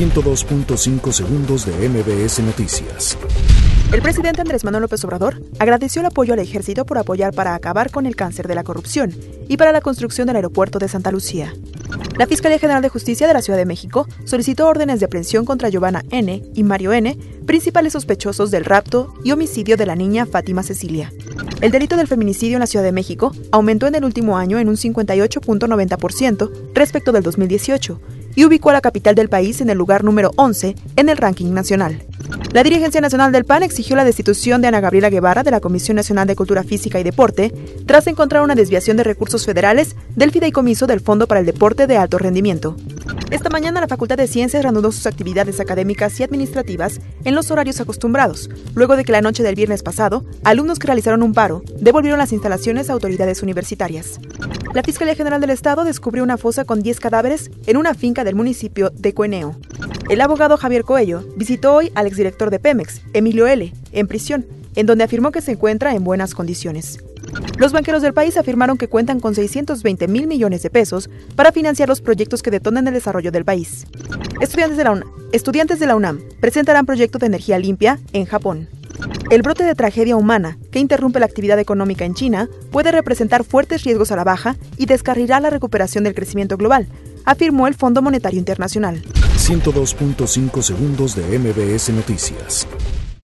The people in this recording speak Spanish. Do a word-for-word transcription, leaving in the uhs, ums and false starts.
ciento dos punto cinco segundos de M B S Noticias. El presidente Andrés Manuel López Obrador agradeció el apoyo al ejército por apoyar para acabar con el cáncer de la corrupción y para la construcción del aeropuerto de Santa Lucía. La Fiscalía General de Justicia de la Ciudad de México solicitó órdenes de aprehensión contra Giovanna N. y Mario N., principales sospechosos del rapto y homicidio de la niña Fátima Cecilia. El delito del feminicidio en la Ciudad de México aumentó en el último año en un cincuenta y ocho punto noventa por ciento respecto del dos mil dieciocho y ubicó a la capital del país en el lugar número once en el ranking nacional. La dirigencia nacional del P A N exigió la destitución de Ana Gabriela Guevara de la Comisión Nacional de Cultura Física y Deporte tras encontrar una desviación de recursos federales del fideicomiso del Fondo para el Deporte de Alto Rendimiento. Esta mañana la Facultad de Ciencias reanudó sus actividades académicas y administrativas en los horarios acostumbrados, luego de que la noche del viernes pasado, alumnos que realizaron un paro devolvieron las instalaciones a autoridades universitarias. La Fiscalía General del Estado descubrió una fosa con diez cadáveres en una finca del municipio de Cueneo. El abogado Javier Coello visitó hoy al exdirector de Pemex, Emilio L., en prisión, en donde afirmó que se encuentra en buenas condiciones. Los banqueros del país afirmaron que cuentan con seiscientos veinte mil millones de pesos para financiar los proyectos que detonan el desarrollo del país. Estudiantes de la UNAM, estudiantes de la UNAM presentarán proyecto de energía limpia en Japón. El brote de tragedia humana que interrumpe la actividad económica en China puede representar fuertes riesgos a la baja y descarrilará la recuperación del crecimiento global, afirmó el Fondo Monetario Internacional. ciento dos punto cinco segundos de M B S Noticias.